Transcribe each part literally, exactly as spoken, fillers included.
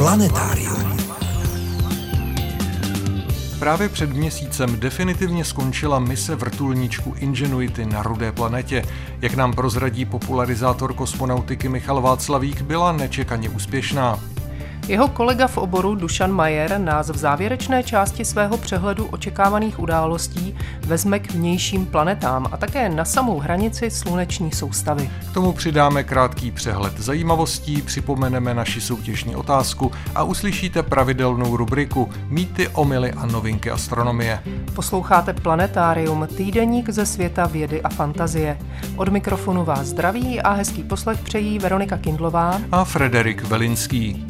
Planetárium. Právě před měsícem definitivně skončila mise vrtulníčku Ingenuity na Rudé planetě. Jak nám prozradí popularizátor kosmonautiky Michal Václavík, byla nečekaně úspěšná. Jeho kolega v oboru Dušan Majer nás v závěrečné části svého přehledu očekávaných událostí vezme k vnějším planetám a také na samou hranici sluneční soustavy. K tomu přidáme krátký přehled zajímavostí, připomeneme naši soutěžní otázku a uslyšíte pravidelnou rubriku Mýty, omyly a novinky astronomie. Posloucháte Planetárium, týdeník ze světa vědy a fantazie. Od mikrofonu vás zdraví a hezký poslech přejí Veronika Kindlová a Frederik Velinský.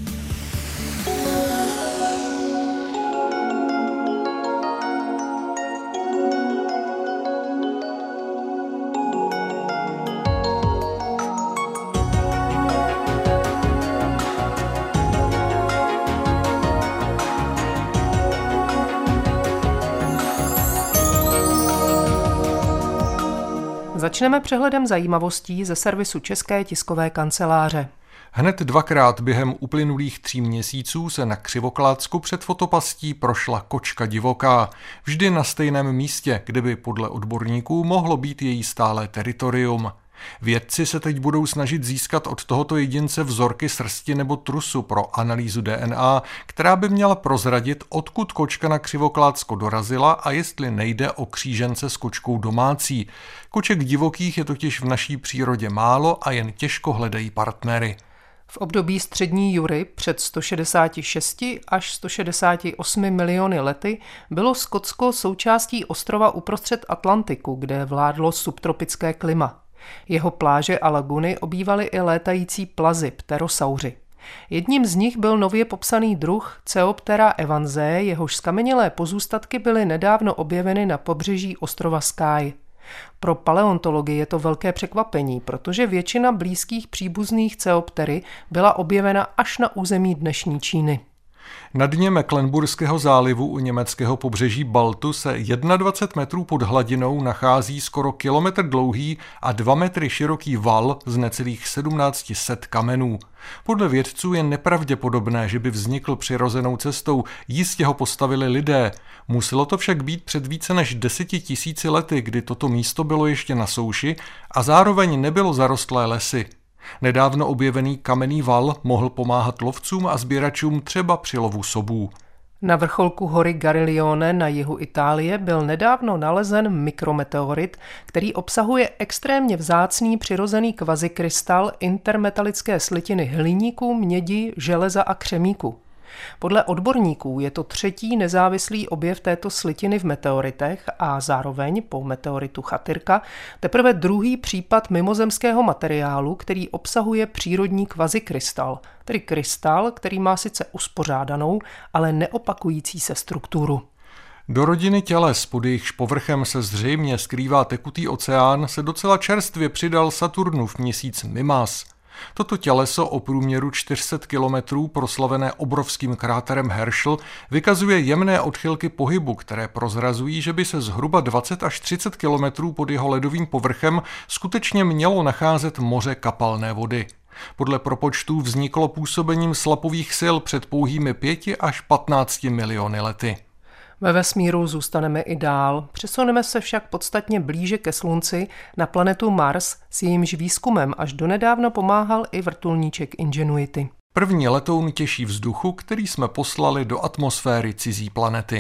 Začneme přehledem zajímavostí ze servisu České tiskové kanceláře. Hned dvakrát během uplynulých tří měsíců se na Křivoklátsku před fotopastí prošla kočka divoká. Vždy na stejném místě, kde by podle odborníků mohlo být její stálé teritorium. Vědci se teď budou snažit získat od tohoto jedince vzorky srsti nebo trusu pro analýzu D N A, která by měla prozradit, odkud kočka na Křivoklátsko dorazila a jestli nejde o křížence s kočkou domácí. Koček divokých je totiž v naší přírodě málo a jen těžko hledají partnery. V období střední jury před sto šedesát šest až sto šedesát osm miliony lety bylo Skotsko součástí ostrova uprostřed Atlantiku, kde vládlo subtropické klima. Jeho pláže a laguny obývaly i létající plazy, pterosauři. Jedním z nich byl nově popsaný druh Coeoptera evansea, jehož skamenělé pozůstatky byly nedávno objeveny na pobřeží ostrova Skye. Pro paleontologii je to velké překvapení, protože většina blízkých příbuzných Coeoptery byla objevena až na území dnešní Číny. Na dně Mecklenburského zálivu u německého pobřeží Baltu se dvacet jedna metrů pod hladinou nachází skoro kilometr dlouhý a dva metry široký val z necelých sedmnáct set kamenů. Podle vědců je nepravděpodobné, že by vznikl přirozenou cestou, jistě ho postavili lidé. Muselo to však být před více než deseti tisíci lety, kdy toto místo bylo ještě na souši a zároveň nebylo zarostlé lesy. Nedávno objevený kamenný val mohl pomáhat lovcům a sběračům třeba při lovu sobů. Na vrcholku hory Gariglione na jihu Itálie byl nedávno nalezen mikrometeorit, který obsahuje extrémně vzácný přirozený kvazikrystal intermetalické slitiny hliníku, mědi, železa a křemíku. Podle odborníků je to třetí nezávislý objev této slitiny v meteoritech a zároveň po meteoritu Chatyrka teprve druhý případ mimozemského materiálu, který obsahuje přírodní kvazikrystal, tedy krystal, který má sice uspořádanou, ale neopakující se strukturu. Do rodiny těles, pod jejichž povrchem se zřejmě skrývá tekutý oceán, se docela čerstvě přidal Saturnův měsíc Mimas. Toto těleso o průměru čtyři sta kilometrů, proslavené obrovským kráterem Herschel, vykazuje jemné odchylky pohybu, které prozrazují, že by se zhruba dvacet až třicet kilometrů pod jeho ledovým povrchem skutečně mělo nacházet moře kapalné vody. Podle propočtů vzniklo působením slapových sil před pouhými pěti až patnácti miliony lety. Ve vesmíru zůstaneme i dál, přesuneme se však podstatně blíže ke Slunci na planetu Mars, s jejímž výzkumem až donedávna pomáhal i vrtulníček Ingenuity. První letoun těží vzduchu, který jsme poslali do atmosféry cizí planety.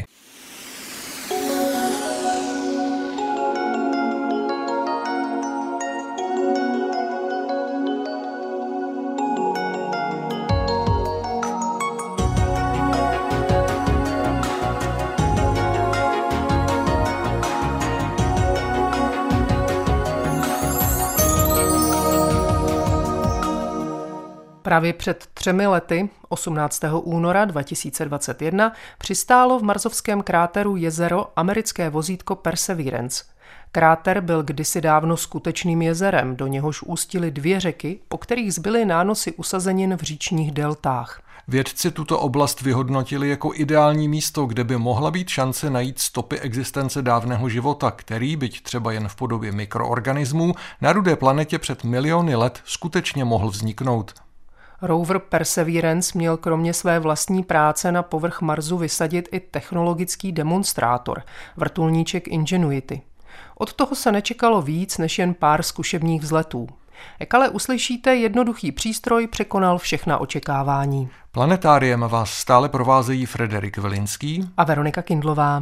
Právě před třemi lety, osmnáctého února dva tisíce dvacet jedna, přistálo v marsovském kráteru jezero americké vozítko Perseverance. Kráter byl kdysi dávno skutečným jezerem, do něhož ústily dvě řeky, po kterých zbyly nánosy usazenin v říčních deltách. Vědci tuto oblast vyhodnotili jako ideální místo, kde by mohla být šance najít stopy existence dávného života, který, byť třeba jen v podobě mikroorganismů, na rudé planetě před miliony let skutečně mohl vzniknout. Rover Perseverance měl kromě své vlastní práce na povrch Marsu vysadit i technologický demonstrátor, vrtulníček Ingenuity. Od toho se nečekalo víc než jen pár zkušebních vzletů. Jak ale uslyšíte, jednoduchý přístroj překonal všechna očekávání. Planetáriem vás stále provázejí Frederik Velinský a Veronika Kindlová.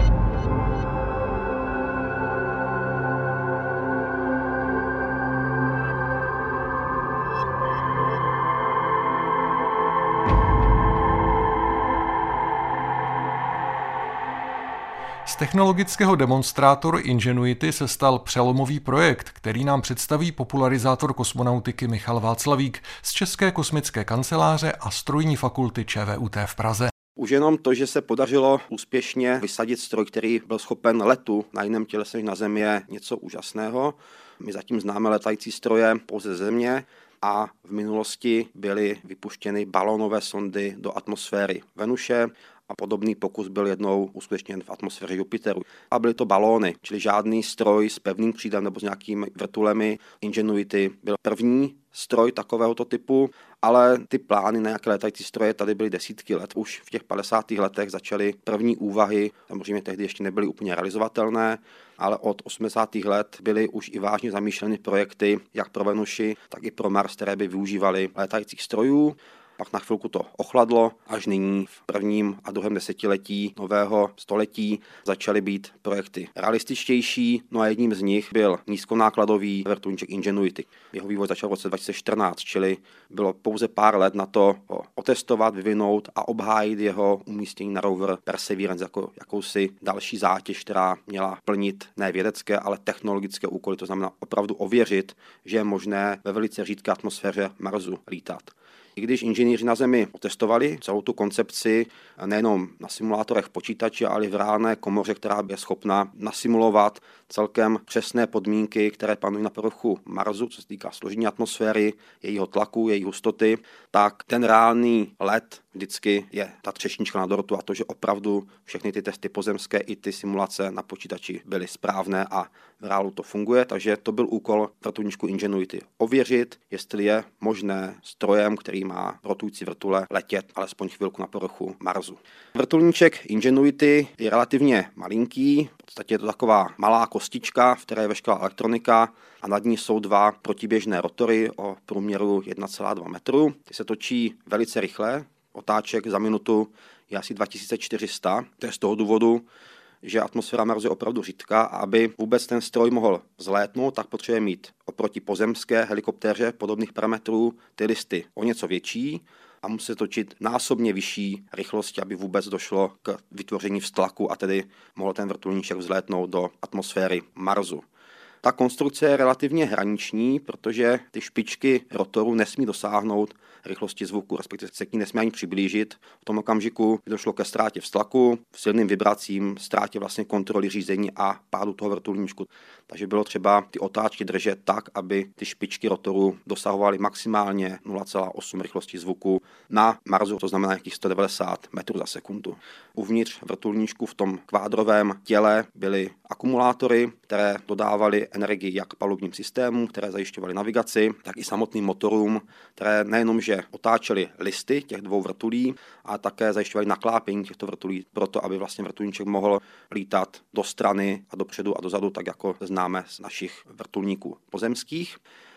Z technologického demonstrátoru Ingenuity se stal přelomový projekt, který nám představí popularizátor kosmonautiky Michal Václavík z České kosmické kanceláře a strojní fakulty ČVUT v Praze. Už jenom to, že se podařilo úspěšně vysadit stroj, který byl schopen letu na jiném tělese než na Zemi, je něco úžasného. My zatím známe letající stroje pouze ze Země a v minulosti byly vypuštěny balónové sondy do atmosféry Venuše a podobný pokus byl jednou uskutečněn v atmosféře Jupiteru. A byly to balóny, čili žádný stroj s pevným křídlem nebo s nějakými vrtulemi. Ingenuity byl první stroj takovéhoto typu, ale ty plány na nějaké letající stroje tady byly desítky let. Už v těch padesátých letech začaly první úvahy, samozřejmě tehdy ještě nebyly úplně realizovatelné, ale od osmdesátých let byly už i vážně zamýšleny projekty jak pro Venuši, tak i pro Mars, které by využívaly letajících strojů. Pak na chvilku to ochladlo, až nyní v prvním a druhém desetiletí nového století začaly být projekty realističtější, no a jedním z nich byl nízkonákladový vrtulníček Ingenuity. Jeho vývoj začal v roce dva tisíce čtrnáct, čili bylo pouze pár let na to ho otestovat, vyvinout a obhájit jeho umístění na rover Perseverance jako jakousi další zátěž, která měla plnit ne vědecké, ale technologické úkoly, to znamená opravdu ověřit, že je možné ve velice řídké atmosféře Marsu lítat. I když inženýři na Zemi otestovali celou tu koncepci nejenom na simulátorech počítače, ale i v reálné komoře, která je schopna nasimulovat celkem přesné podmínky, které panují na povrchu Marsu, co se týká složení atmosféry, jejího tlaku, její hustoty, tak ten reálný let vždycky je ta třešnička na dortu a to, že opravdu všechny ty testy pozemské i ty simulace na počítači byly správné a v reálu to funguje, takže to byl úkol vrtulníčku Ingenuity. Ověřit, jestli je možné strojem, který má rotující vrtule, letět alespoň chvilku na povrchu Marsu. Vrtulníček Ingenuity je relativně malinký, v podstatě je to taková malá kostička, v které je veškerá elektronika a nad ní jsou dva protiběžné rotory o průměru jedna celá dva metru. Ty se točí velice rychle, otáček za minutu je asi dva tisíce čtyři sta, to je z toho důvodu, že atmosféra Marsu je opravdu řídká a aby vůbec ten stroj mohl vzlétnout, tak potřebuje mít oproti pozemské helikoptéře podobných parametrů ty listy o něco větší a musí se točit násobně vyšší rychlosti, aby vůbec došlo k vytvoření vztlaku a tedy mohl ten vrtulníček vzlétnout do atmosféry Marsu. Ta konstrukce je relativně hraniční, protože ty špičky rotoru nesmí dosáhnout rychlosti zvuku, respektive se k ní nesmí ani přiblížit. V tom okamžiku došlo ke ztrátě vztlaku, silným vibracím, ztrátě vlastně kontroly řízení a pádu toho vrtulníčku. Takže bylo třeba ty otáčky držet tak, aby ty špičky rotoru dosahovaly maximálně nula celá osm rychlosti zvuku na Marsu, to znamená nějakých sto devadesát metrů za sekundu. Uvnitř vrtulníčku v tom kvádrovém těle byly akumulátory, které dodávaly energii jak palubním systémům, které zajišťovaly navigaci, tak i samotným motorům, které nejenom, že otáčely listy těch dvou vrtulí, ale také zajišťovaly naklápění těchto vrtulí proto, aby vlastně vrtulníček mohl lítat do strany a dopředu a dozadu, tak jako známe z našich vrtulníků pozemských.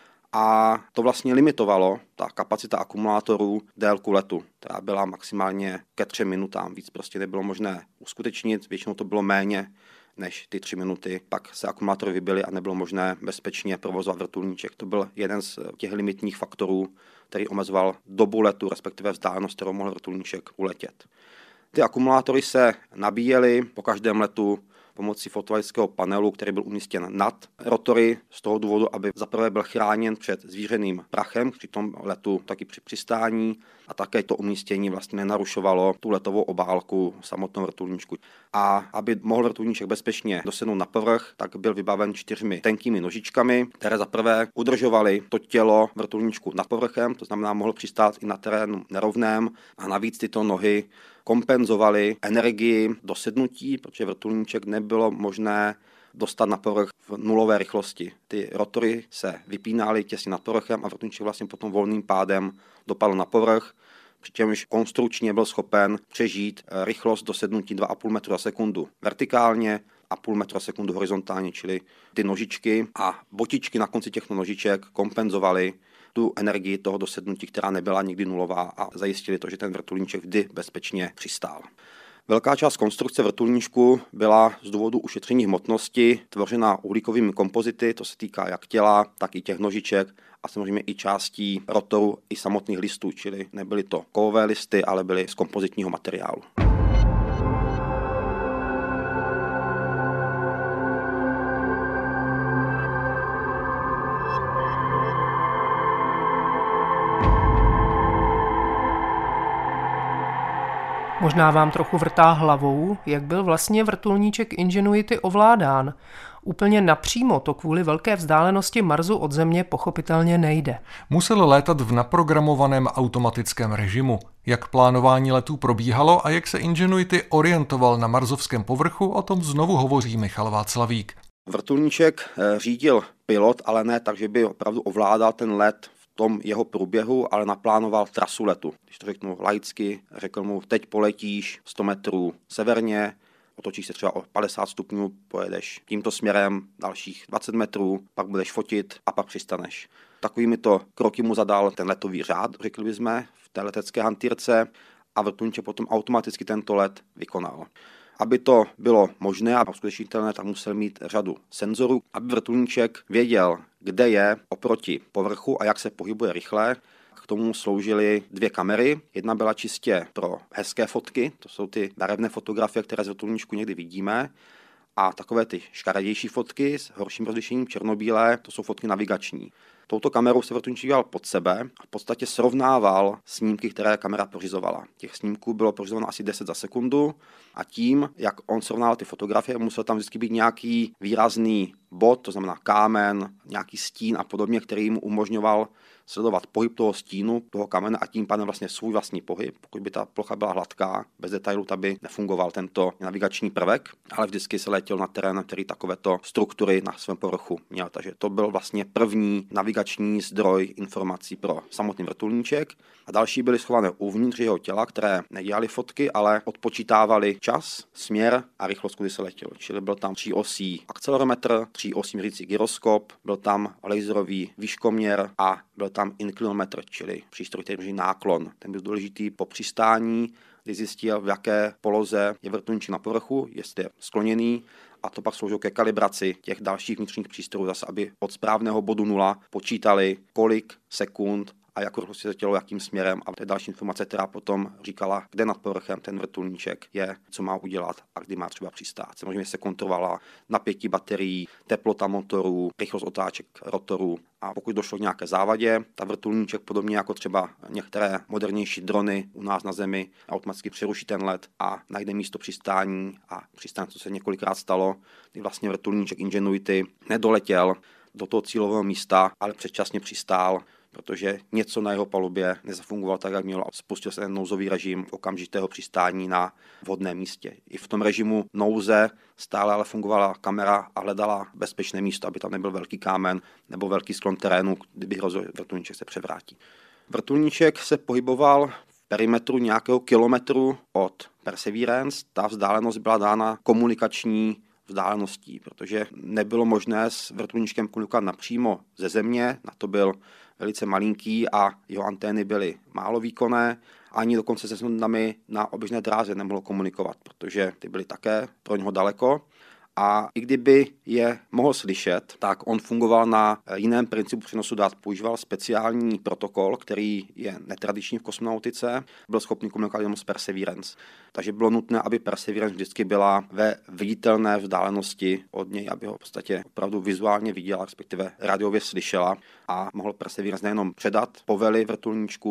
A to vlastně limitovalo, ta kapacita akumulátorů, délku letu, která byla maximálně ke třem minutám. Víc prostě nebylo možné uskutečnit, většinou to bylo méně než ty tři minuty. Pak se akumulátory vybily a nebylo možné bezpečně provozovat vrtulníček. To byl jeden z těch limitních faktorů, který omezoval dobu letu, respektive vzdálenost, kterou mohl vrtulníček uletět. Ty akumulátory se nabíjely po každém letu pomocí fotovoltaického panelu, který byl umístěn nad rotory z toho důvodu, aby zaprvé byl chráněn před zvířeným prachem při tom letu, taky při přistání a také to umístění vlastně nenarušovalo tu letovou obálku samotného vrtulníčku. A aby mohl vrtulníček bezpečně dosednout na povrch, tak byl vybaven čtyřmi tenkými nožičkami, které zaprvé udržovaly to tělo vrtulníčku nad povrchem, to znamená mohl přistát i na terénu nerovném a navíc tyto nohy kompenzovaly energii dosednutí, protože vrtulníček nebylo možné dostat na povrch v nulové rychlosti. Ty rotory se vypínaly těsně nad povrchem a vrtulníček vlastně potom volným pádem dopadl na povrch, přičemž konstrukčně byl schopen přežít rychlost dosednutí dva a půl metru za sekundu vertikálně a půl metru za sekundu horizontálně, čili ty nožičky a botičky na konci těch nožiček kompenzovaly tu energii toho dosednutí, která nebyla nikdy nulová, a zajistili to, že ten vrtulníček vždy bezpečně přistál. Velká část konstrukce vrtulníčku byla z důvodu ušetření hmotnosti tvořena uhlíkovými kompozity, to se týká jak těla, tak i těch nožiček a samozřejmě i částí rotoru i samotných listů, čili nebyly to kovové listy, ale byly z kompozitního materiálu. Možná vám trochu vrtá hlavou, jak byl vlastně vrtulníček Ingenuity ovládán. Úplně napřímo to kvůli velké vzdálenosti Marsu od Země pochopitelně nejde. Musel létat v naprogramovaném automatickém režimu. Jak plánování letů probíhalo a jak se Ingenuity orientoval na marsovském povrchu, o tom znovu hovoří Michal Václavík. Vrtulníček řídil pilot, ale ne tak, že by opravdu ovládal ten let v tom jeho průběhu, ale naplánoval trasu letu. Když to řeknu laicky, řekl mu, teď poletíš sto metrů severně, otočíš se třeba o padesát stupňů, pojedeš tímto směrem dalších dvacet metrů, pak budeš fotit a pak přistaneš. Takovými to kroky mu zadal ten letový řád, řekli bychom, v té letecké hantýrce, a vrtulníček potom automaticky tento let vykonal. Aby to bylo možné a uskutečnitelné, tak musel mít řadu senzorů, aby vrtulníček věděl, kde je oproti povrchu a jak se pohybuje rychle. K tomu sloužily dvě kamery. Jedna byla čistě pro hezké fotky, to jsou ty barevné fotografie, které z vrtulníčku někdy vidíme. A takové ty škaredější fotky s horším rozlišením černobílé, to jsou fotky navigační. Touto kamerou se vrtulníček dělal pod sebe a v podstatě srovnával snímky, které kamera pořizovala. Těch snímků bylo pořizováno asi deset za sekundu a tím, jak on srovnával ty fotografie, musel tam vždycky být nějaký výrazný bod, to znamená kámen, nějaký stín a podobně, který mu umožňoval sledovat pohyb toho stínu, toho kamene a tím pádem vlastně svůj vlastní pohyb. Pokud by ta plocha byla hladká, bez detailů, tak by nefungoval tento navigační prvek, ale vždycky se letěl na terén, který takovéto struktury na svém povrchu měl. Takže to byl vlastně první navigační zdroj informací pro samotný vrtulníček. A další byly schované uvnitř jeho těla, které nedělali fotky, ale odpočítávali čas, směr a rychlost, kudy se letěl. Čili byl tam tříosí akcelerometr, tříosí měřící gyroskop, byl tam laserový výškoměr a byl tam inklinometr, čili přístroj, který měří náklon. Ten byl důležitý po přistání, kdy zjistil, v jaké poloze je vrtulníček na povrchu, jestli je skloněný, a to pak sloužilo ke kalibraci těch dalších vnitřních přístrojů, zase aby od správného bodu nula počítali, kolik sekund a jak rychle se letělo, jakým směrem, a to je další informace, která potom říkala, kde nad povrchem ten vrtulníček je, co má udělat a kdy má třeba přistát. Samozřejmě se kontrolovala napětí baterií, teplota motorů, rychlost otáček rotorů, a pokud došlo k nějaké závadě, ta vrtulníček, podobně jako třeba některé modernější drony u nás na Zemi, automaticky přeruší ten let a najde místo přistání a přistání, co se několikrát stalo, kdy vlastně vrtulníček Ingenuity nedoletěl do toho cílového místa, ale předčasně přistál, protože něco na jeho palubě nezafungovalo tak, jak mělo, a spustil se ten nouzový režim okamžitého přistání na vhodném místě. I v tom režimu nouze stále ale fungovala kamera a hledala bezpečné místo, aby tam nebyl velký kámen nebo velký sklon terénu, kdyby hrozil, vrtulníček se převrátí. Vrtulníček se pohyboval v perimetru nějakého kilometru od Perseverance. Ta vzdálenost byla dána komunikační vzdáleností, protože nebylo možné s vrtulníčkem komunikovat napřímo ze Země, na to byl velice malinký a jeho antény byly málo výkonné, ani dokonce se sondami na oběžné dráze nemohlo komunikovat, protože ty byly také pro něho daleko. A i kdyby je mohl slyšet, tak on fungoval na jiném principu přenosu dat. Používal speciální protokol, který je netradiční v kosmonautice, byl schopný komunikovat jenom s Perseverance. Takže bylo nutné, aby Perseverance vždycky byla ve viditelné vzdálenosti od něj, aby ho v podstatě opravdu vizuálně viděla, respektive rádiově slyšela, a mohl Perseverance nejenom předat povely vrtulníčku,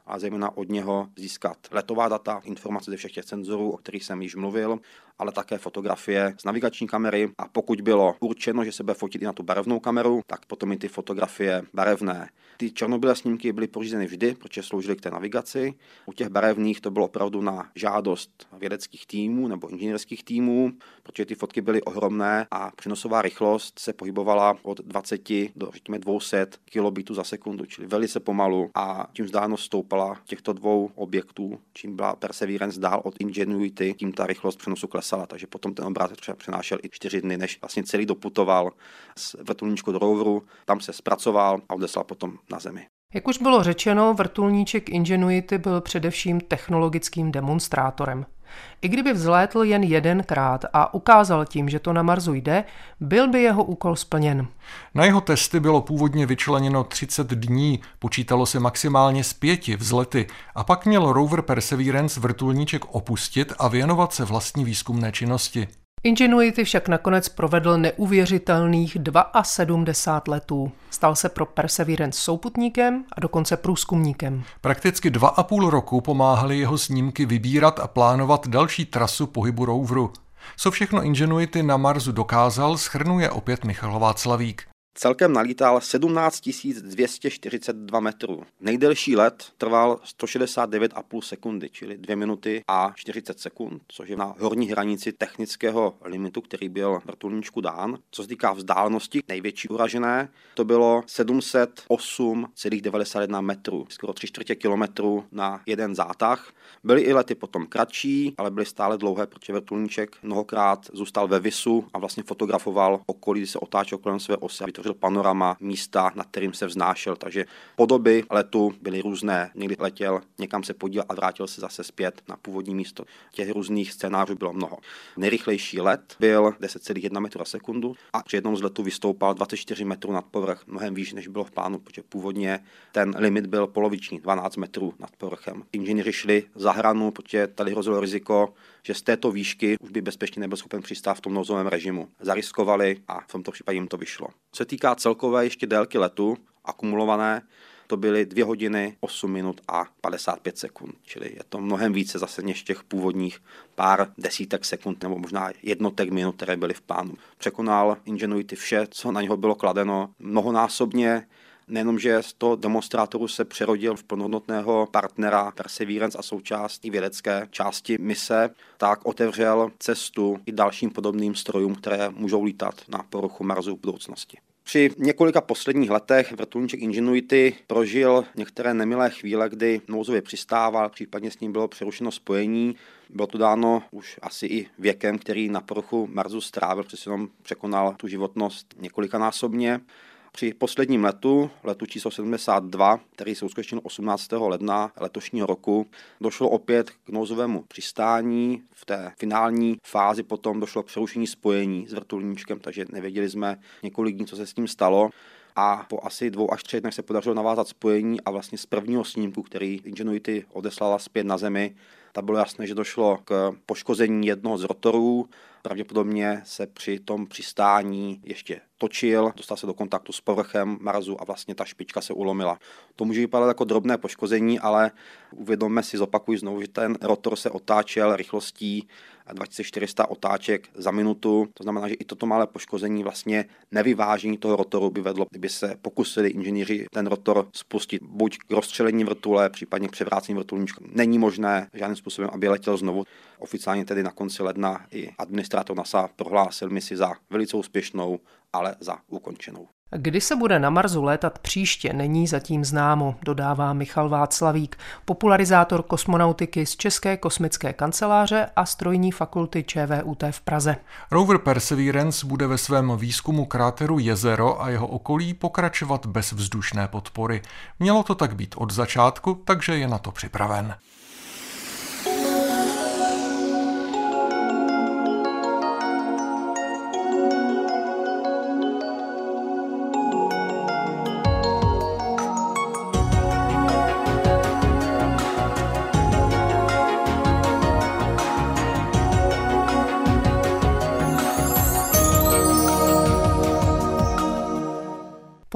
a zejména od něho získat letová data, informace ze všech těch senzorů, o kterých jsem již mluvil, ale také fotografie z navigační kamery a pokud bylo určeno, že se bude fotit i na tu barevnou kameru, tak potom i ty fotografie barevné. Ty černobílé snímky byly pořízeny vždy, protože sloužily k té navigaci. U těch barevných to bylo opravdu na žádost vědeckých týmů nebo inženýrských týmů, protože ty fotky byly ohromné a přenosová rychlost se pohybovala od dvacet do řekněme dvě stě kilobitů za sekundu, čili velice pomalu a tím vzdálenost stoupala těchto dvou objektů, čím byla Perseverance dál od Ingenuity, tím ta rychlost přenosu klesala, takže potom ten obrázek třeba přenášel i čtyři dny, než vlastně celý doputoval z vrtulníčku do roveru, tam se zpracoval a odeslal potom na Zemi. Jak už bylo řečeno, vrtulníček Ingenuity byl především technologickým demonstrátorem. I kdyby vzlétl jen jedenkrát a ukázal tím, že to na Marsu jde, byl by jeho úkol splněn. Na jeho testy bylo původně vyčleněno třicet dní, počítalo se maximálně z pěti vzlety a pak měl rover Perseverance vrtulníček opustit a věnovat se vlastní výzkumné činnosti. Ingenuity však nakonec provedl neuvěřitelných sedmdesát dva letů. Stal se pro Perseverance souputníkem a dokonce průzkumníkem. Prakticky dva a půl roku pomáhali jeho snímky vybírat a plánovat další trasu pohybu roveru. Co všechno Ingenuity na Marsu dokázal, shrnuje opět Michal Václavík. Celkem nalítal sedmnáct tisíc dvě stě čtyřicet dva metrů. Nejdelší let trval sto šedesát devět a půl sekundy, čili dvě minuty a čtyřicet sekund, což je na horní hranici technického limitu, který byl vrtulníčku dán. Co se týká vzdálenosti, největší uražené, to bylo sedm set osm celá devadesát jedna metrů, skoro tři čtvrtě kilometru na jeden zátah. Byly i lety potom kratší, ale byly stále dlouhé, protože vrtulníček mnohokrát zůstal ve visu a vlastně fotografoval okolí, kdy se otáčel kolem své osy, vytvořil panorama místa, nad kterým se vznášel, takže podoby letu byly různé. Někdy letěl, někam se podíval a vrátil se zase zpět na původní místo. Těch různých scénářů bylo mnoho. Nejrychlejší let byl deset celá jedna metru za sekundu a při jednom z letů vystoupal dvacet čtyři metrů nad povrch, mnohem výš, než bylo v plánu, protože původně ten limit byl poloviční, dvanáct metrů nad povrchem. Inženýři šli za hranu, protože tady hrozilo riziko, že z této výšky už by bezpečně nebyl schopen přistát v tom nouzovém režimu. Zariskovali a v tomto případě jim to vyšlo. Co se týká celkové ještě délky letu, akumulované, to byly dvě hodiny, osm minut a padesát pět sekund. Čili je to mnohem více zase než těch původních pár desítek sekund nebo možná jednotek minut, které byly v plánu. Překonal Ingenuity vše, co na něho bylo kladeno mnohonásobně. Nejenom, že z toho demonstrátoru se přerodil v plnohodnotného partnera Perseverance a součástí vědecké části mise, tak otevřel cestu i dalším podobným strojům, které můžou lítat na povrchu Marsu v budoucnosti. Při několika posledních letech vrtulníček Ingenuity prožil některé nemilé chvíle, kdy nouzově přistával, případně s ním bylo přerušeno spojení. Bylo to dáno už asi i věkem, který na povrchu Marsu strávil, přesně jenom překonal tu životnost několikanásobně. Při posledním letu, letu číslo sedmdesát dva, který se uskutečnil osmnáctého ledna letošního roku, došlo opět k nouzovému přistání. V té finální fázi potom došlo k přerušení spojení s vrtulníčkem, takže nevěděli jsme několik dní, co se s tím stalo. A po asi dvou až třech dnech se podařilo navázat spojení a vlastně z prvního snímku, který Ingenuity odeslala zpět na Zemi, tak bylo jasné, že došlo k poškození jednoho z rotorů. Pravděpodobně se při tom přistání ještě točil, dostal se do kontaktu s povrchem Marsu a vlastně ta špička se ulomila. To může vypadat jako drobné poškození, ale uvědomme si, zopakuji znovu, že ten rotor se otáčel rychlostí dva tisíce čtyři sta otáček za minutu. To znamená, že i toto malé poškození vlastně nevyvážení toho rotoru by vedlo, kdyby se pokusili inženýři ten rotor spustit buď k rozstřelení vrtule, případně k převrácení vrtulníčku. Není možné žádným způsobem, aby letěl znovu. Oficiálně tedy na konci ledna i administrátor NASA prohlásil misi za velice úspěšnou, ale za ukončenou. Kdy se bude na Marsu létat příště, není zatím známo, dodává Michal Václavík, popularizátor kosmonautiky z České kosmické kanceláře a strojní fakulty ČVUT v Praze. Rover Perseverance bude ve svém výzkumu kráteru Jezero a jeho okolí pokračovat bez vzdušné podpory. Mělo to tak být od začátku, takže je na to připraven.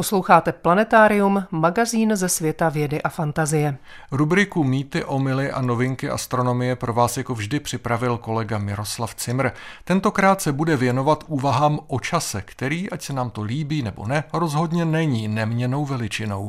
Posloucháte Planetarium, magazín ze světa vědy a fantazie. Rubriku Mýty, omyly a novinky astronomie pro vás jako vždy připravil kolega Miroslav Cimr. Tentokrát se bude věnovat úvahám o čase, který, ať se nám to líbí nebo ne, rozhodně není neměnnou veličinou.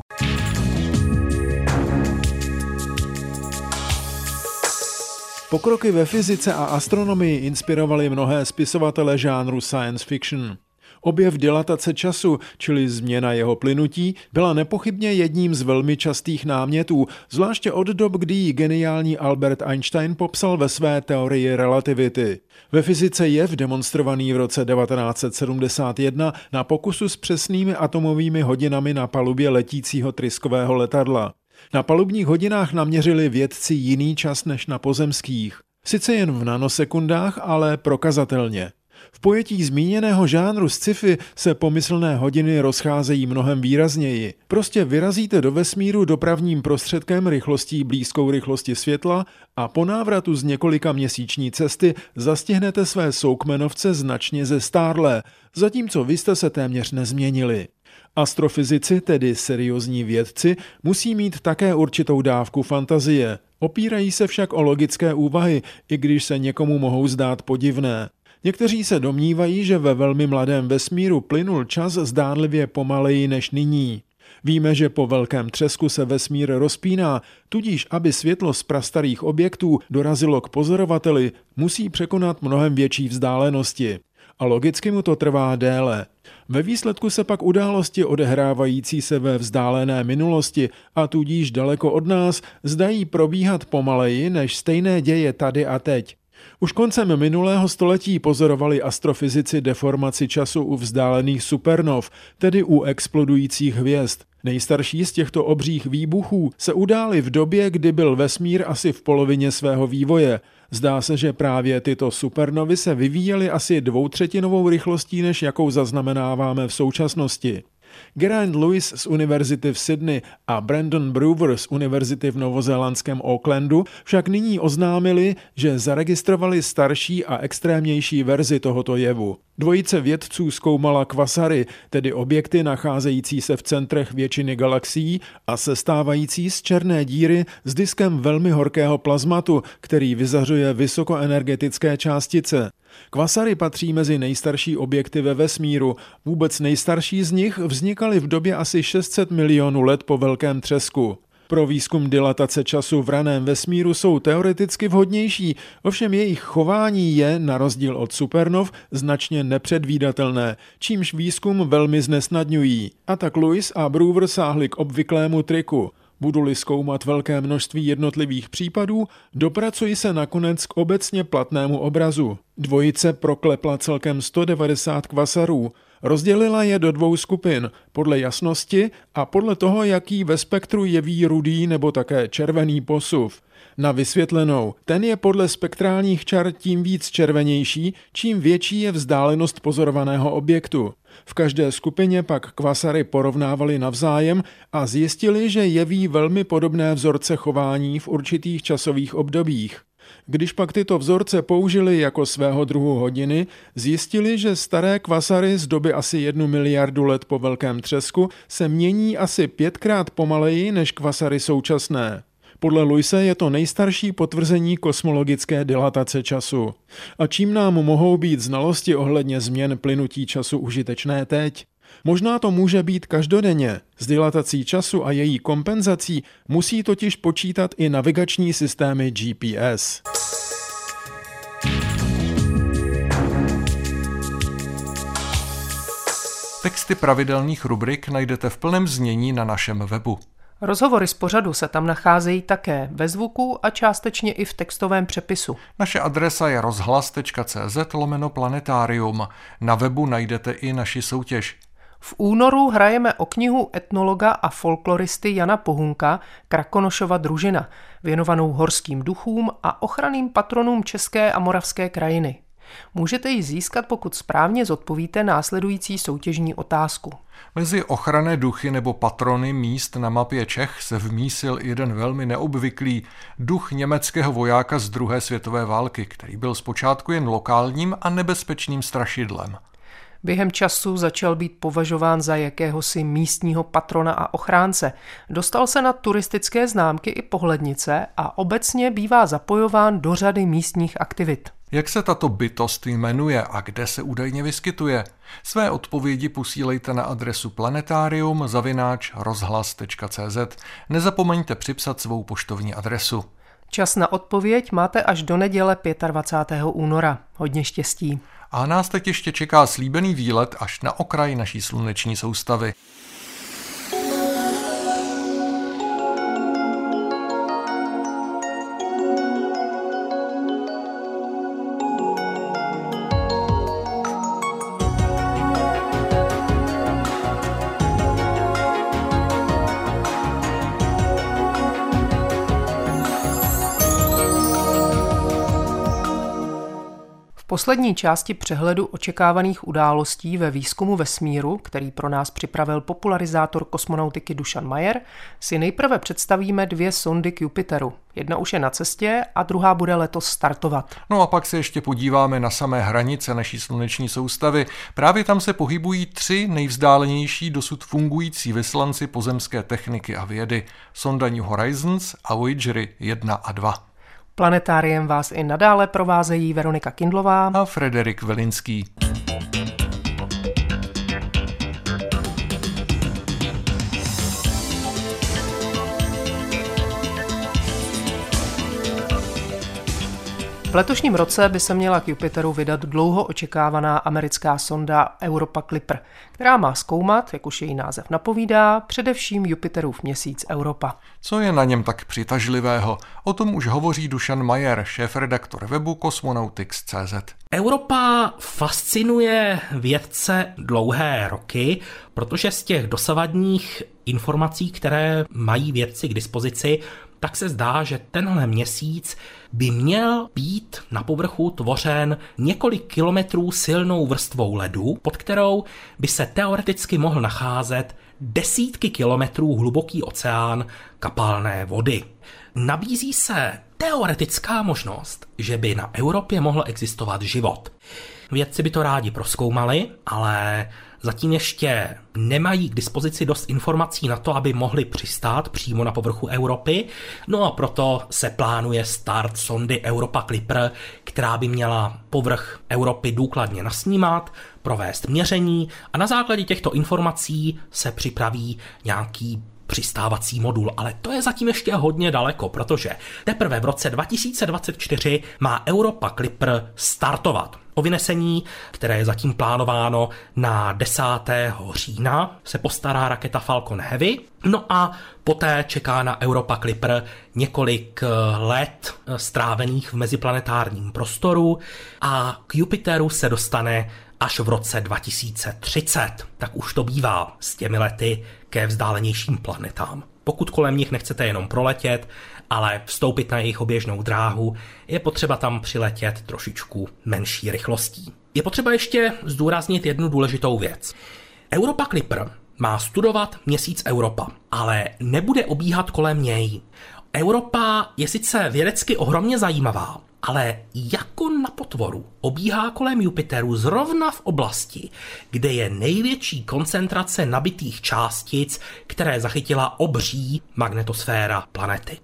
Pokroky ve fyzice a astronomii inspirovaly mnohé spisovatele žánru science fiction. Objev dilatace času, čili změna jeho plynutí, byla nepochybně jedním z velmi častých námětů, zvláště od dob, kdy ji geniální Albert Einstein popsal ve své teorii relativity. Ve fyzice jev, demonstrovaný v roce devatenáct set sedmdesát jedna na pokusu s přesnými atomovými hodinami na palubě letícího tryskového letadla. Na palubních hodinách naměřili vědci jiný čas než na pozemských. Sice jen v nanosekundách, ale prokazatelně. V pojetí zmíněného žánru sci-fi se pomyslné hodiny rozcházejí mnohem výrazněji. Prostě vyrazíte do vesmíru dopravním prostředkem rychlostí blízkou rychlosti světla a po návratu z několika měsíční cesty zastihnete své soukmenovce značně zestárlé, zatímco vy jste se téměř nezměnili. Astrofyzici, tedy seriózní vědci, musí mít také určitou dávku fantazie. Opírají se však o logické úvahy, i když se někomu mohou zdát podivné. Někteří se domnívají, že ve velmi mladém vesmíru plynul čas zdánlivě pomaleji než nyní. Víme, že po velkém třesku se vesmír rozpíná, tudíž aby světlo z prastarých objektů dorazilo k pozorovateli, musí překonat mnohem větší vzdálenosti. A logicky mu to trvá déle. Ve výsledku se pak události odehrávající se ve vzdálené minulosti a tudíž daleko od nás zdají probíhat pomaleji než stejné děje tady a teď. Už koncem minulého století pozorovali astrofyzici deformaci času u vzdálených supernov, tedy u explodujících hvězd. Nejstarší z těchto obřích výbuchů se udály v době, kdy byl vesmír asi v polovině svého vývoje. Zdá se, že právě tyto supernovy se vyvíjely asi dvoutřetinovou rychlostí, než jakou zaznamenáváme v současnosti. Geraint Lewis z univerzity v Sydney a Brandon Brewer z univerzity v novozélandském Aucklandu však nyní oznámili, že zaregistrovali starší a extrémnější verzi tohoto jevu. Dvojice vědců zkoumala kvasary, tedy objekty nacházející se v centrech většiny galaxií a sestávající z černé díry s diskem velmi horkého plazmatu, který vyzařuje vysokoenergetické částice. Kvasary patří mezi nejstarší objekty ve vesmíru. Vůbec nejstarší z nich vznikaly v době asi šest set milionů let po velkém třesku. Pro výzkum dilatace času v raném vesmíru jsou teoreticky vhodnější, ovšem jejich chování je, na rozdíl od supernov, značně nepředvídatelné, čímž výzkum velmi znesnadňují. A tak Lewis a Brewer sáhli k obvyklému triku. Budu-li zkoumat velké množství jednotlivých případů, dopracuji se nakonec k obecně platnému obrazu. Dvojice proklepla celkem sto devadesát kvasarů. Rozdělila je do dvou skupin, podle jasnosti a podle toho, jaký ve spektru jeví rudý nebo také červený posuv. Na vysvětlenou, ten je podle spektrálních čar tím víc červenější, čím větší je vzdálenost pozorovaného objektu. V každé skupině pak kvasary porovnávali navzájem a zjistili, že jeví velmi podobné vzorce chování v určitých časových obdobích. Když pak tyto vzorce použili jako svého druhu hodiny, zjistili, že staré kvasary z doby asi jednu miliardu let po velkém třesku se mění asi pětkrát pomaleji než kvasary současné. Podle Lewise je to nejstarší potvrzení kosmologické dilatace času. A čím nám mohou být znalosti ohledně změn plynutí času užitečné teď? Možná to může být každodenně. S dilatací času a její kompenzací musí totiž počítat i navigační systémy G P S. Texty pravidelných rubrik najdete v plném znění na našem webu. Rozhovory z pořadu se tam nacházejí také ve zvuku a částečně i v textovém přepisu. Naše adresa je rozhlas.cz lomeno planetarium. Na webu najdete i naši soutěž. V únoru hrajeme o knihu etnologa a folkloristy Jana Pohunka Krakonošova družina, věnovanou horským duchům a ochranným patronům české a moravské krajiny. Můžete ji získat, pokud správně zodpovíte následující soutěžní otázku. Mezi ochranné duchy nebo patrony míst na mapě Čech se vmísil jeden velmi neobvyklý duch německého vojáka z druhé světové války, který byl zpočátku jen lokálním a nebezpečným strašidlem. Během času začal být považován za jakéhosi místního patrona a ochránce. Dostal se na turistické známky i pohlednice a obecně bývá zapojován do řady místních aktivit. Jak se tato bytost jmenuje a kde se údajně vyskytuje? Své odpovědi posílejte na adresu planetarium zavináč rozhlas tečka cé zet. Nezapomeňte připsat svou poštovní adresu. Čas na odpověď máte až do neděle dvacátého pátého února. Hodně štěstí. A nás teď ještě čeká slíbený výlet až na okraj naší sluneční soustavy. V poslední části přehledu očekávaných událostí ve výzkumu vesmíru, který pro nás připravil popularizátor kosmonautiky Dušan Majer, si nejprve představíme dvě sondy k Jupiteru. Jedna už je na cestě a druhá bude letos startovat. No a pak se ještě podíváme na samé hranice naší sluneční soustavy. Právě tam se pohybují tři nejvzdálenější dosud fungující vyslanci pozemské techniky a vědy. Sonda New Horizons a Voyagery jedna a dva. Planetáriem vás i nadále provázejí Veronika Kindlová a Frederik Velinský. V letošním roce by se měla k Jupiteru vydat dlouho očekávaná americká sonda Europa Clipper, která má zkoumat, jak už její název napovídá, především Jupiterův měsíc Europa. Co je na něm tak přitažlivého? O tom už hovoří Dušan Majer, šéfredaktor webu Cosmonautics tečka cé zet. Europa fascinuje vědce dlouhé roky, protože z těch dosavadních informací, které mají vědci k dispozici, tak se zdá, že tenhle měsíc by měl být na povrchu tvořen několik kilometrů silnou vrstvou ledu, pod kterou by se teoreticky mohl nacházet desítky kilometrů hluboký oceán kapalné vody. Nabízí se teoretická možnost, že by na Evropě mohl existovat život. Vědci by to rádi prozkoumali, ale zatím ještě nemají k dispozici dost informací na to, aby mohli přistát přímo na povrchu Evropy, no a proto se plánuje start sondy Europa Clipper, která by měla povrch Evropy důkladně nasnímat, provést měření a na základě těchto informací se připraví nějaký přistávací modul, ale to je zatím ještě hodně daleko, protože teprve v roce dva tisíce dvacet čtyři má Europa Clipper startovat. O vynesení, které je zatím plánováno na desátého října, se postará raketa Falcon Heavy, no a poté čeká na Europa Clipper několik let strávených v meziplanetárním prostoru a k Jupiteru se dostane až v roce dva tisíce třicet. Tak už to bývá s těmi lety ke vzdálenějším planetám. Pokud kolem nich nechcete jenom proletět, ale vstoupit na jejich oběžnou dráhu, je potřeba tam přiletět trošičku menší rychlostí. Je potřeba ještě zdůraznit jednu důležitou věc. Europa Clipper má studovat měsíc Europa, ale nebude obíhat kolem něj. Europa je sice vědecky ohromně zajímavá, ale jako na potvoru obíhá kolem Jupiteru zrovna v oblasti, kde je největší koncentrace nabitých částic, které zachytila obří magnetosféra planety.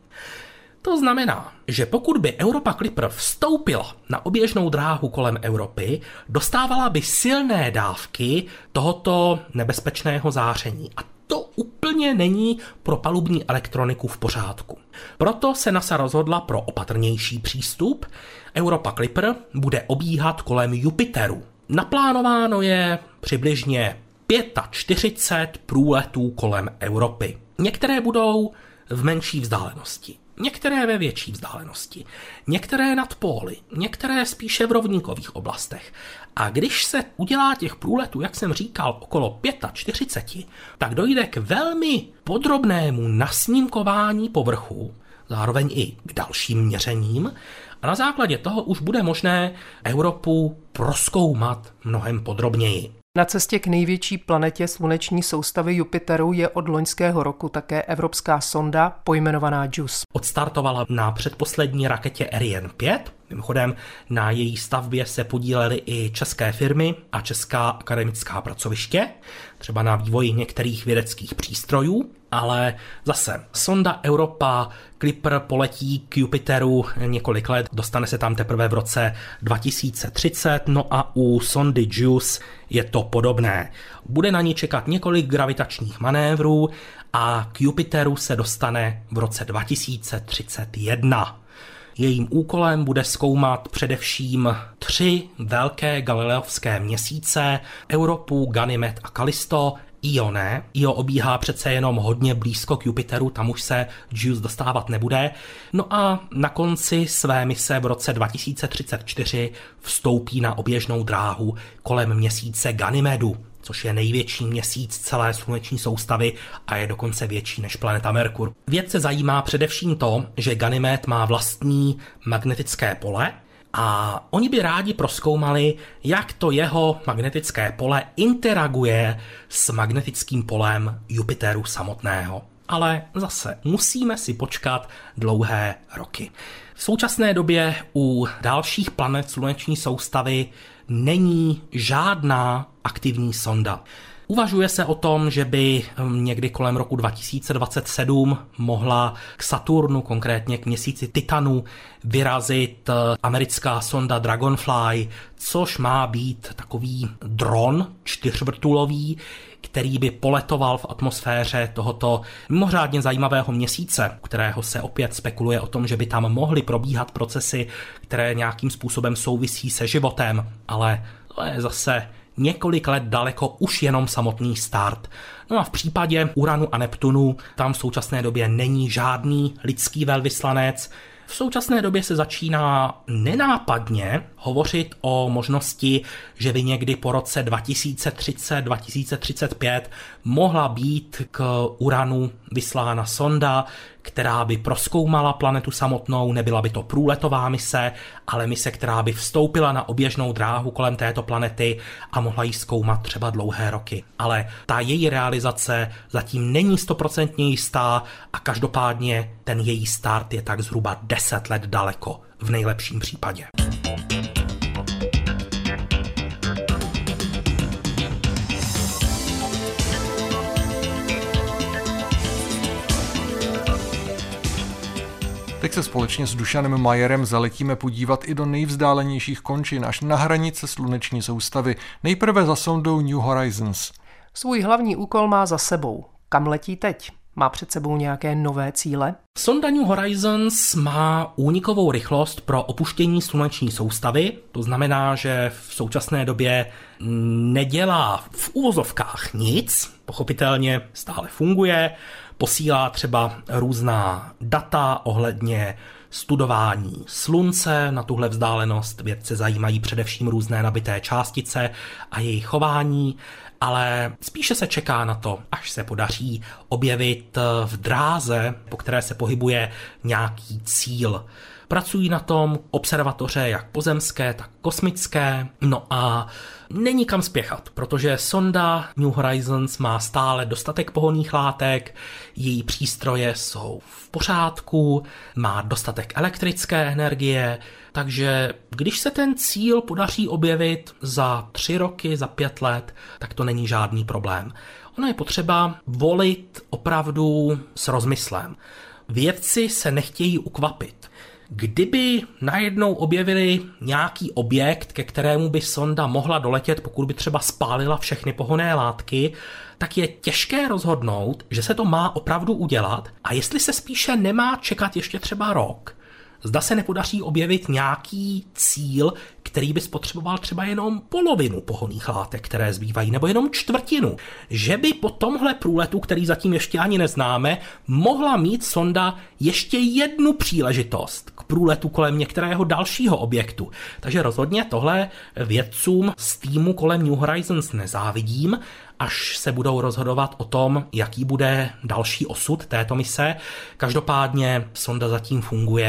To znamená, že pokud by Europa Clipper vstoupila na oběžnou dráhu kolem Evropy, dostávala by silné dávky tohoto nebezpečného záření. A to úplně není pro palubní elektroniku v pořádku. Proto se NASA rozhodla pro opatrnější přístup. Europa Clipper bude obíhat kolem Jupiteru. Naplánováno je přibližně čtyřicet pět průletů kolem Evropy. Některé budou v menší vzdálenosti, některé ve větší vzdálenosti, některé nad póly, některé spíše v rovníkových oblastech. A když se udělá těch průletů, jak jsem říkal, okolo čtyřicet pět, tak dojde k velmi podrobnému nasnímkování povrchu, zároveň i k dalším měřením, a na základě toho už bude možné Evropu prozkoumat mnohem podrobněji. Na cestě k největší planetě sluneční soustavy Jupiteru je od loňského roku také evropská sonda pojmenovaná JUICE. Odstartovala na předposlední raketě Ariane pět, Mimochodem, na její stavbě se podílely i české firmy a česká akademická pracoviště, třeba na vývoji některých vědeckých přístrojů, ale zase sonda Europa Clipper poletí k Jupiteru několik let, dostane se tam teprve v roce dva tisíce třicet, no a u sondy JUICE je to podobné. Bude na ní čekat několik gravitačních manévrů a k Jupiteru se dostane v roce dva tisíce třicet jedna. Jejím úkolem bude zkoumat především tři velké galileovské měsíce, Europu, Ganymed a Callisto. Io ne, Io obíhá přece jenom hodně blízko k Jupiteru, tam už se JUICE dostávat nebude. No a na konci své mise v roce dva tisíce třicet čtyři vstoupí na oběžnou dráhu kolem měsíce Ganymedu, což je největší měsíc celé sluneční soustavy a je dokonce větší než planeta Merkur. Vědce zajímá především to, že Ganymed má vlastní magnetické pole a oni by rádi prozkoumali, jak to jeho magnetické pole interaguje s magnetickým polem Jupiteru samotného. Ale zase musíme si počkat dlouhé roky. V současné době u dalších planet sluneční soustavy není žádná aktivní sonda. Uvažuje se o tom, že by někdy kolem roku dva tisíce dvacet sedm mohla k Saturnu, konkrétně k měsíci Titanu, vyrazit americká sonda Dragonfly, což má být takový dron čtyřvrtulový, který by poletoval v atmosféře tohoto mimořádně zajímavého měsíce, kterého se opět spekuluje o tom, že by tam mohly probíhat procesy, které nějakým způsobem souvisí se životem, ale to je zase několik let daleko už jenom samotný start. No a v případě Uranu a Neptunu tam v současné době není žádný lidský velvyslanec. V současné době se začíná nenápadně hovořit o možnosti, že by někdy po roce dva tisíce třicet dva tisíce třicet pět mohla být k Uranu vyslána sonda, která by prozkoumala planetu samotnou, nebyla by to průletová mise, ale mise, která by vstoupila na oběžnou dráhu kolem této planety a mohla ji zkoumat třeba dlouhé roky. Ale ta její realizace zatím není stoprocentně jistá a každopádně ten její start je tak zhruba deset let daleko, v nejlepším případě. Teď se společně s Dušanem Majerem zaletíme podívat i do nejvzdálenějších končin, až na hranice sluneční soustavy. Nejprve za sondou New Horizons. Svůj hlavní úkol má za sebou. Kam letí teď? Má před sebou nějaké nové cíle? Sonda New Horizons má únikovou rychlost pro opuštění sluneční soustavy, to znamená, že v současné době nedělá v uvozovkách nic, pochopitelně stále funguje, posílá třeba různá data ohledně studování slunce. Na tuhle vzdálenost vědce zajímají především různé nabité částice a jejich chování, ale spíše se čeká na to, až se podaří objevit v dráze, po které se pohybuje nějaký cíl. Pracují na tom observatoře jak pozemské, tak kosmické, no a není kam spěchat, protože sonda New Horizons má stále dostatek pohonných látek, její přístroje jsou v pořádku, má dostatek elektrické energie, takže když se ten cíl podaří objevit za tři roky, za pět let, tak to není žádný problém. Ono je potřeba volit opravdu s rozmyslem. Vědci se nechtějí ukvapit. Kdyby najednou objevili nějaký objekt, ke kterému by sonda mohla doletět, pokud by třeba spálila všechny pohonné látky, tak je těžké rozhodnout, že se to má opravdu udělat a jestli se spíše nemá čekat ještě třeba rok. Zda se nepodaří objevit nějaký cíl, který by spotřeboval třeba jenom polovinu pohonných látek, které zbývají, nebo jenom čtvrtinu. Že by po tomhle průletu, který zatím ještě ani neznáme, mohla mít sonda ještě jednu příležitost k průletu kolem některého dalšího objektu. Takže rozhodně tohle vědcům z týmu kolem New Horizons nezávidím, až se budou rozhodovat o tom, jaký bude další osud této mise. Každopádně sonda zatím funguje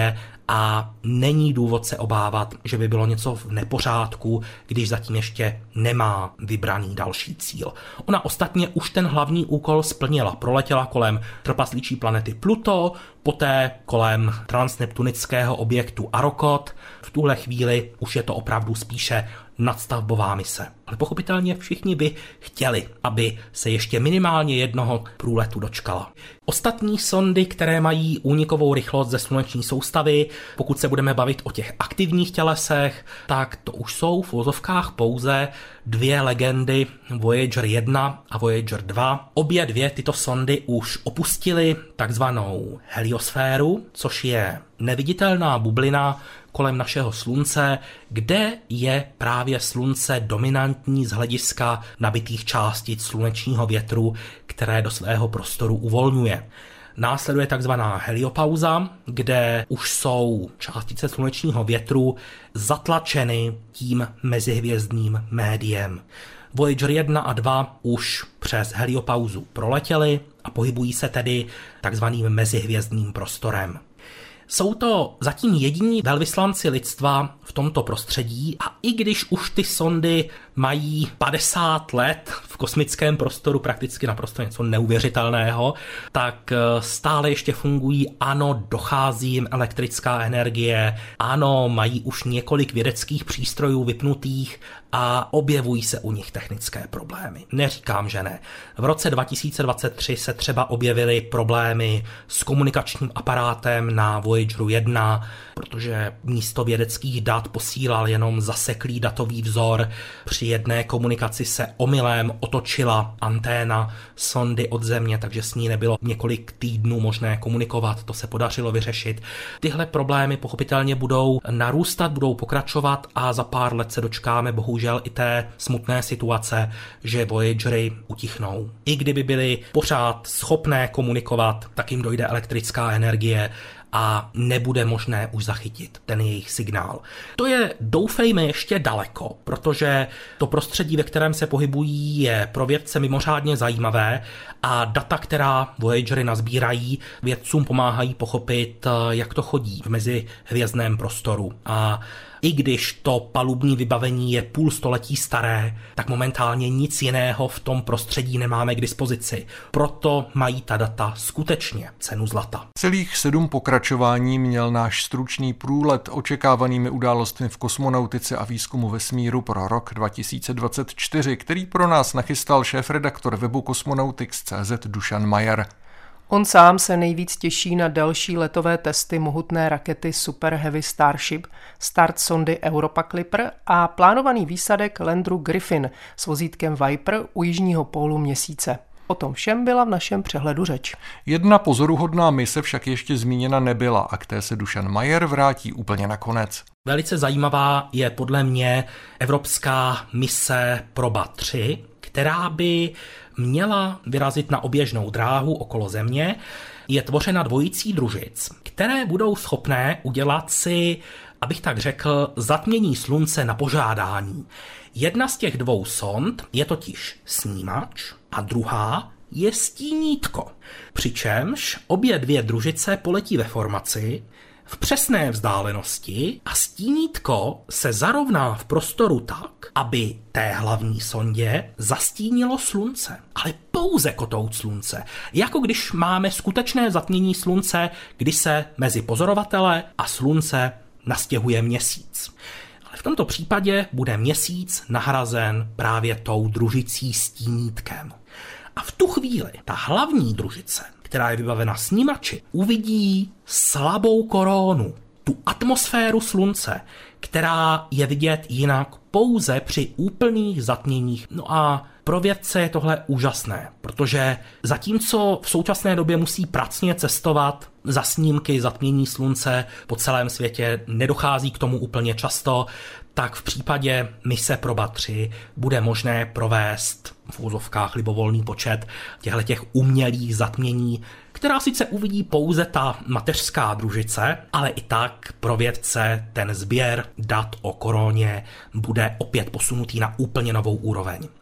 a není důvod se obávat, že by bylo něco v nepořádku, když zatím ještě nemá vybraný další cíl. Ona ostatně už ten hlavní úkol splnila. Proletěla kolem trpasličí planety Pluto, poté kolem transneptunického objektu Arrokoth. V tuhle chvíli už je to opravdu spíše nadstavbová mise. Ale pochopitelně všichni by chtěli, aby se ještě minimálně jednoho průletu dočkala. Ostatní sondy, které mají únikovou rychlost ze sluneční soustavy, pokud se budeme bavit o těch aktivních tělesech, tak to už jsou v uvozovkách pouze dvě legendy, Voyager jedna a Voyager dva. Obě dvě tyto sondy už opustily takzvanou heliosféru, což je neviditelná bublina kolem našeho slunce, kde je právě slunce dominantní z hlediska nabitých částic slunečního větru, které do svého prostoru uvolňuje. Následuje takzvaná heliopauza, kde už jsou částice slunečního větru zatlačeny tím mezihvězdným médiem. Voyager jedna a dva už přes heliopauzu proletěly a pohybují se tedy takzvaným mezihvězdným prostorem. Jsou to zatím jediní velvyslanci lidstva v tomto prostředí a i když už ty sondy mají padesát let v kosmickém prostoru, prakticky naprosto něco neuvěřitelného, tak stále ještě fungují, ano, dochází jim elektrická energie, ano, mají už několik vědeckých přístrojů vypnutých a objevují se u nich technické problémy. Neříkám, že ne. V roce dva tisíce dvacet tři se třeba objevily problémy s komunikačním aparátem na Voyageru jedna, protože místo vědeckých dat posílal jenom zaseklý datový vzor. Při jedné komunikaci se omylem otočila anténa sondy od Země, takže s ní nebylo několik týdnů možné komunikovat. To se podařilo vyřešit. Tyhle problémy pochopitelně budou narůstat, budou pokračovat a za pár let se dočkáme bohužel i té smutné situace, že Voyagery utichnou. I kdyby byly pořád schopné komunikovat, tak jim dojde elektrická energie a nebude možné už zachytit ten jejich signál. To je, doufejme, ještě daleko, protože to prostředí, ve kterém se pohybují, je pro vědce mimořádně zajímavé a data, která Voyagery nazbírají, vědcům pomáhají pochopit, jak to chodí v mezihvězdném prostoru. A i když to palubní vybavení je půl století staré, tak momentálně nic jiného v tom prostředí nemáme k dispozici. Proto mají ta data skutečně cenu zlata. Celých sedm pokračování měl náš stručný průlet očekávanými událostmi v kosmonautice a výzkumu vesmíru pro rok dva tisíce dvacet čtyři, který pro nás nachystal šéfredaktor webu Cosmonautics tečka cé zet Dušan Majer. On sám se nejvíc těší na další letové testy mohutné rakety Super Heavy Starship, start sondy Europa Clipper a plánovaný výsadek landeru Griffin s vozítkem Viper u jižního pólu Měsíce. O tom všem byla v našem přehledu řeč. Jedna pozoruhodná mise však ještě zmíněna nebyla a k té se Dušan Majer vrátí úplně nakonec. Velice zajímavá je podle mě evropská mise Proba tři, která by měla vyrazit na oběžnou dráhu okolo Země. Je tvořena dvojicí družic, které budou schopné udělat si, abych tak řekl, zatmění slunce na požádání. Jedna z těch dvou sond je totiž snímač a druhá je stínítko. Přičemž obě dvě družice poletí ve formaci, v přesné vzdálenosti a stínítko se zarovná v prostoru tak, aby té hlavní sondě zastínilo slunce. Ale pouze kotouč slunce. Jako když máme skutečné zatmění slunce, kdy se mezi pozorovatele a slunce nastěhuje měsíc. Ale v tomto případě bude měsíc nahrazen právě tou družicí stínítkem. A v tu chvíli ta hlavní družice, která je vybavena snímači, uvidí slabou korónu, tu atmosféru slunce, která je vidět jinak pouze při úplných zatměních. No a pro vědce je tohle úžasné, protože zatímco v současné době musí pracně cestovat za snímky zatmění slunce po celém světě, nedochází k tomu úplně často, tak v případě mise Proba tři bude možné provést v úzovkách libovolný počet těchto umělých zatmění, která sice uvidí pouze ta mateřská družice, ale i tak pro vědce ten sběr dat o koroně bude opět posunutý na úplně novou úroveň.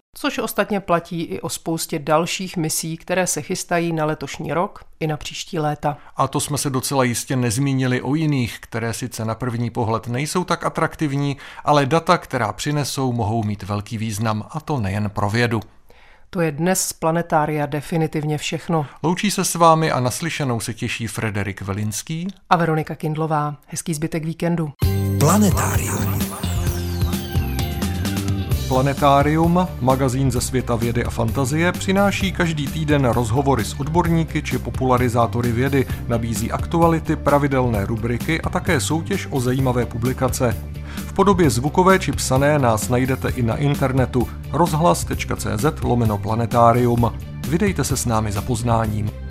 Což ostatně platí i o spoustě dalších misí, které se chystají na letošní rok i na příští léta. A to jsme se docela jistě nezmínili o jiných, které sice na první pohled nejsou tak atraktivní, ale data, která přinesou, mohou mít velký význam, a to nejen pro vědu. To je dnes z Planetária definitivně všechno. Loučí se s vámi a naslyšenou se těší Frederik Velinský a Veronika Kindlová. Hezký zbytek víkendu. Planetárium. Planetárium, magazín ze světa vědy a fantazie, přináší každý týden rozhovory s odborníky či popularizátory vědy, nabízí aktuality, pravidelné rubriky a také soutěž o zajímavé publikace. V podobě zvukové či psané nás najdete i na internetu rozhlas tečka cé zet lomeno planetárium. Vydejte se s námi za poznáním.